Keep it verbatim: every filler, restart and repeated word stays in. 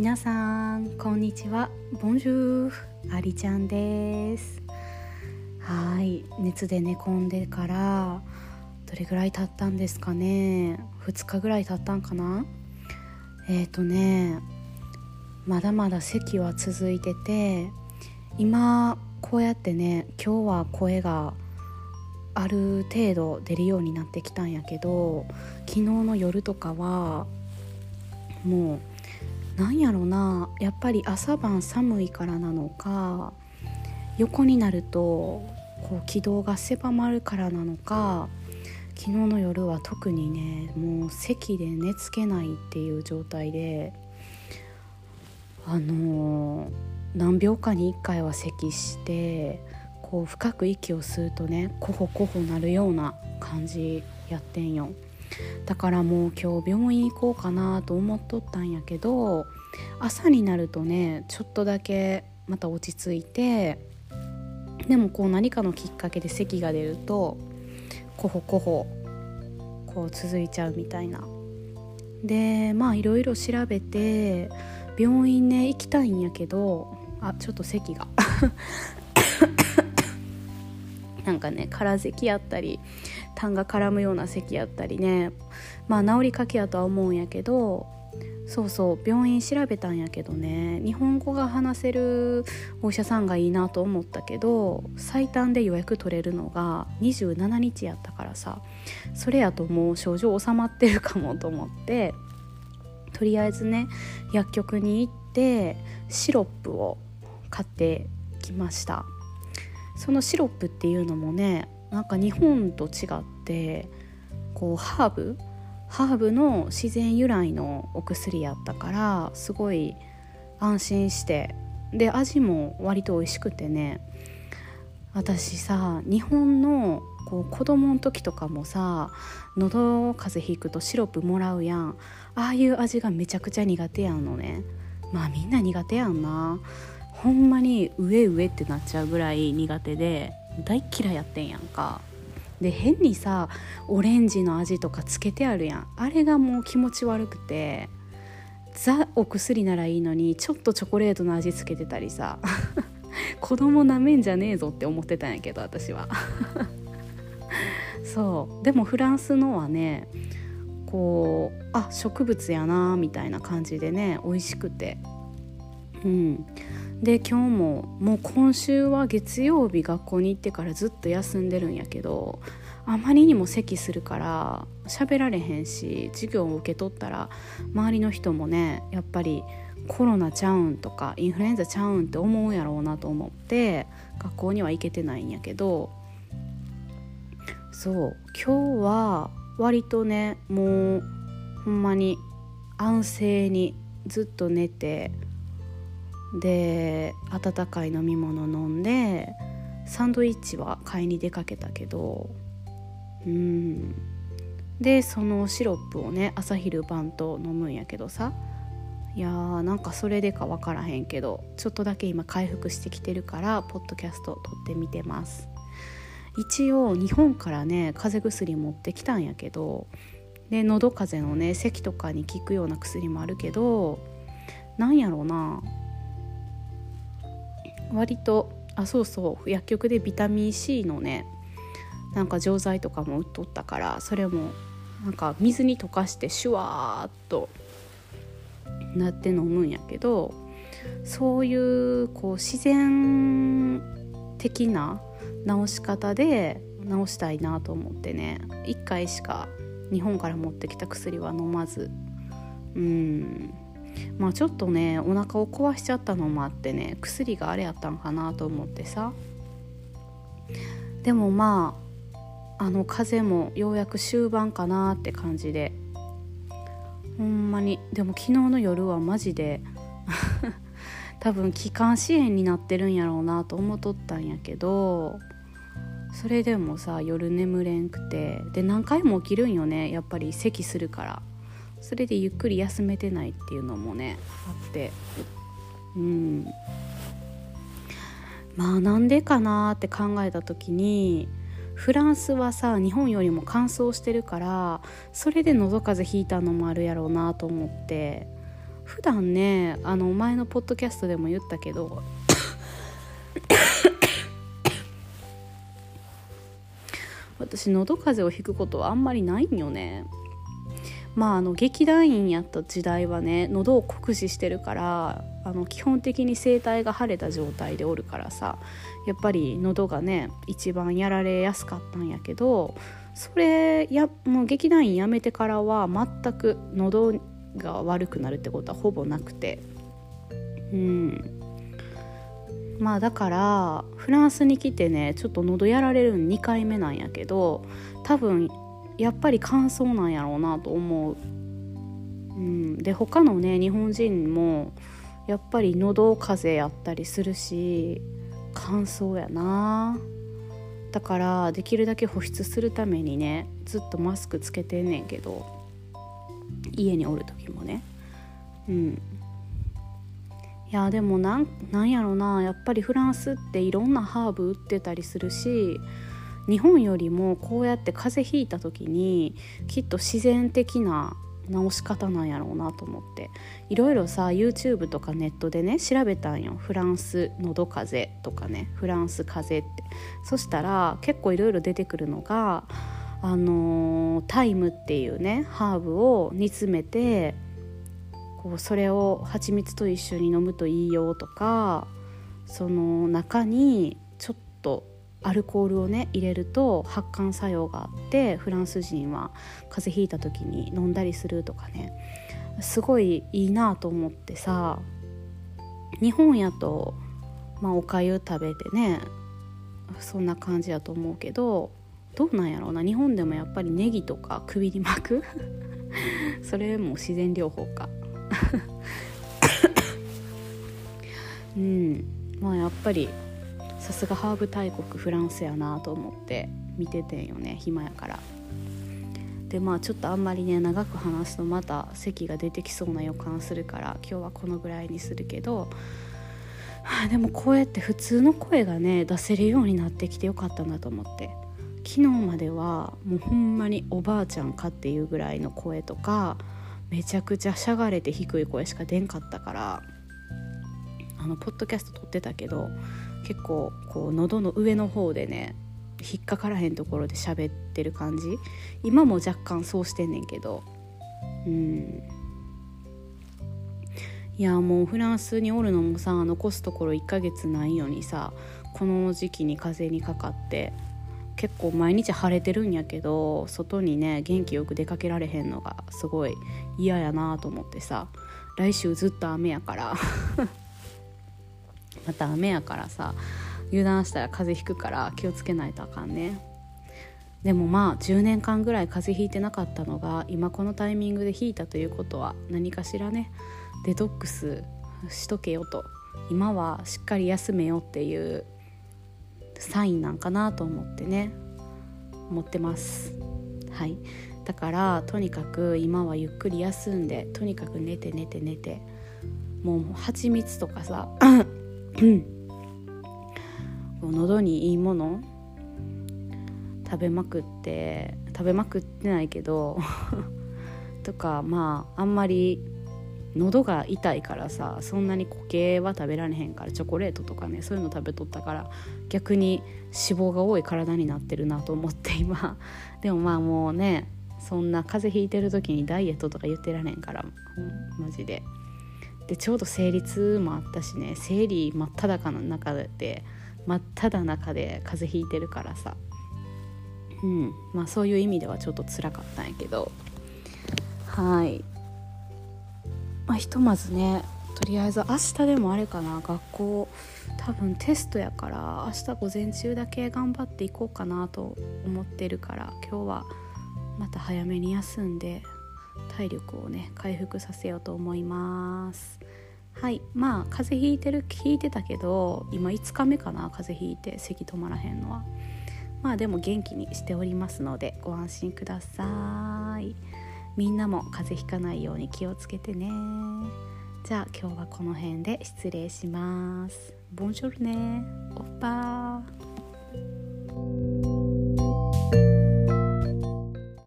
皆さんこんにちは、ボンジュール、ありちゃんです。はい、熱で寝込んでからどれぐらい経ったんですかね。ふつかぐらい経ったんかな。えーとねまだまだ咳は続いてて、今こうやってね今日は声がある程度出るようになってきたんやけど、昨日の夜とかはもうなんやろな、やっぱり朝晩寒いからなのか、横になるとこう気道が狭まるからなのか、昨日の夜は特にねもう咳で寝つけないっていう状態で、あのー、何秒かにいっかいは咳して、こう深く息を吸うとねコホコホなるような感じやってんよ。だからもう今日病院行こうかなと思っとったんやけど、朝になるとねちょっとだけまた落ち着いて、でもこう何かのきっかけで咳が出るとコホコホこう続いちゃうみたいな。でまあいろいろ調べて病院ね行きたいんやけど、あちょっと咳がなんかね空咳やったり痰が絡むような咳やったりね、まあ治りかけやとは思うんやけど、そうそう病院調べたんやけどね、日本語が話せるお医者さんがいいなと思ったけど、最短で予約取れるのがにじゅうしちにちやったからさ、それやともう症状収まってるかもと思って、とりあえずね薬局に行ってシロップを買ってきました。そのシロップっていうのもね、なんか日本と違ってこうハーブハーブの自然由来のお薬やったから、すごい安心して、で味も割と美味しくてね、私さ日本のこう子供の時とかもさ、喉風邪ひくとシロップもらうやん。ああいう味がめちゃくちゃ苦手やんのね。まあみんな苦手やんな。ほんまに上上ってなっちゃうぐらい苦手で大っ嫌いやってんやんか。で変にさオレンジの味とかつけてあるやん。あれがもう気持ち悪くて、ザお薬ならいいのにちょっとチョコレートの味つけてたりさ子供なめんじゃねえぞって思ってたんやけど私はそうでもフランスのはねこうあ植物やなみたいな感じでね美味しくて、うんで今日ももう今週は月曜日学校に行ってからずっと休んでるんやけど、あまりにも咳するから喋られへんし、授業を受け取ったら周りの人もねやっぱりコロナちゃうんとかインフルエンザちゃうんって思うやろうなと思って学校には行けてないんやけど、そう今日は割とねもうほんまに安静にずっと寝て、で温かい飲み物飲んでサンドイッチは買いに出かけたけど、うんでそのシロップをね朝昼晩と飲むんやけどさ、いやーなんかそれでか分からへんけどちょっとだけ今回復してきてるからポッドキャスト撮ってみてます。一応日本からね風邪薬持ってきたんやけど、で喉風邪のね咳とかに効くような薬もあるけど、なんやろうな、割とあそうそう薬局でビタミン C のねなんか錠剤とかも売っとったから、それもなんか水に溶かしてシュワーっとなって飲むんやけど、そういうこう自然的な治し方で治したいなと思ってね、いっかいしか日本から持ってきた薬は飲まず、うんまあちょっとねお腹を壊しちゃったのもあってね、薬があれやったんかなと思ってさ、でもまああの風邪もようやく終盤かなって感じで、ほんまにでも昨日の夜はマジで多分気管支炎になってるんやろうなと思っとったんやけど、それでもさ夜眠れんくて、で何回も起きるんよねやっぱり咳するから、それでゆっくり休めてないっていうのもねあって、うんまあなんでかなって考えた時に、フランスはさ日本よりも乾燥してるから、それで喉風邪ひいたのもあるやろうなと思って、 普段ねあの前のポッドキャストでも言ったけど私喉風邪をひくことはあんまりないんよね。まああの劇団員やった時代はね喉を酷使してるからあの基本的に声帯が腫れた状態でおるからさ、やっぱり喉がね一番やられやすかったんやけど、それやもう劇団員辞めてからは全く喉が悪くなるってことはほぼなくて、うんまあだからフランスに来てねちょっと喉やられるのにかいめなんやけど、多分やっぱり乾燥なんやろうなと思う、うん、で他のね日本人もやっぱり喉風邪やったりするし乾燥やな。だからできるだけ保湿するためにねずっとマスクつけてんねんけど、家におる時もね、うんいやでもなん、なんやろな、やっぱりフランスっていろんなハーブ売ってたりするし、日本よりもこうやって風邪ひいた時にきっと自然的な治し方なんやろうなと思って、いろいろさ YouTube とかネットでね調べたんよ。フランス喉風邪とかね、フランス風邪って。そしたら結構いろいろ出てくるのがあのー、タイムっていうねハーブを煮詰めてこうそれを蜂蜜と一緒に飲むといいよとか、その中にちょっとアルコールをね入れると発汗作用があってフランス人は風邪ひいた時に飲んだりするとかね、すごいいいなと思ってさ。日本やと、まあ、おかゆ食べてねそんな感じやと思うけど、どうなんやろうな、日本でもやっぱりネギとか首に巻くそれも自然療法かうんまあやっぱりさすがハーブ大国フランスやなと思って見ててんよね、暇やから。でまあちょっとあんまりね長く話すとまた咳が出てきそうな予感するから今日はこのぐらいにするけど、はあ、でもこうやって普通の声がね出せるようになってきてよかったなと思って。昨日まではもうほんまにおばあちゃんかっていうぐらいの声とかめちゃくちゃしゃがれて低い声しか出んかったから、あのポッドキャスト撮ってたけど結構こう喉の上の方でね引っかからへんところで喋ってる感じ、今も若干そうしてんねんけど、うんいやもうフランスにおるのもさ残すところいっかげつないのにさ、この時期に風邪にかかって結構毎日晴れてるんやけど外にね元気よく出かけられへんのがすごい嫌やなと思ってさ、来週ずっと雨やからまた雨やからさ油断したら風邪ひくから気をつけないとあかんね。でもまあじゅうねんかんぐらい風邪ひいてなかったのが今このタイミングでひいたということは何かしらねデトックスしとけよと、今はしっかり休めよっていうサインなんかなと思ってね思ってます。はい、だからとにかく今はゆっくり休んで、とにかく寝て寝て寝て、もう蜂蜜とかさ喉にいいもの食べまくって食べまくってないけどとか、まああんまり喉が痛いからさそんなに固形は食べられへんからチョコレートとかねそういうの食べとったから逆に脂肪が多い体になってるなと思って今でもまあもうねそんな風邪ひいてる時にダイエットとか言ってられんから、うん、マジで。でちょうど生理痛もあったしね、生理真っ只中の中で真っ只中で風邪ひいてるからさ、うんまあそういう意味ではちょっと辛かったんやけど、はいまあ、ひとまずねとりあえず明日でもあれかな、学校多分テストやから明日午前中だけ頑張っていこうかなと思ってるから、今日はまた早めに休んで体力をね回復させようと思います。はいまあ風邪ひいてるひいてたけど今いつかめかな、風邪ひいて咳止まらへんのは。まあでも元気にしておりますのでご安心ください。みんなも風邪ひかないように気をつけてね。じゃあ今日はこの辺で失礼します。ボンジョルね、オッパー。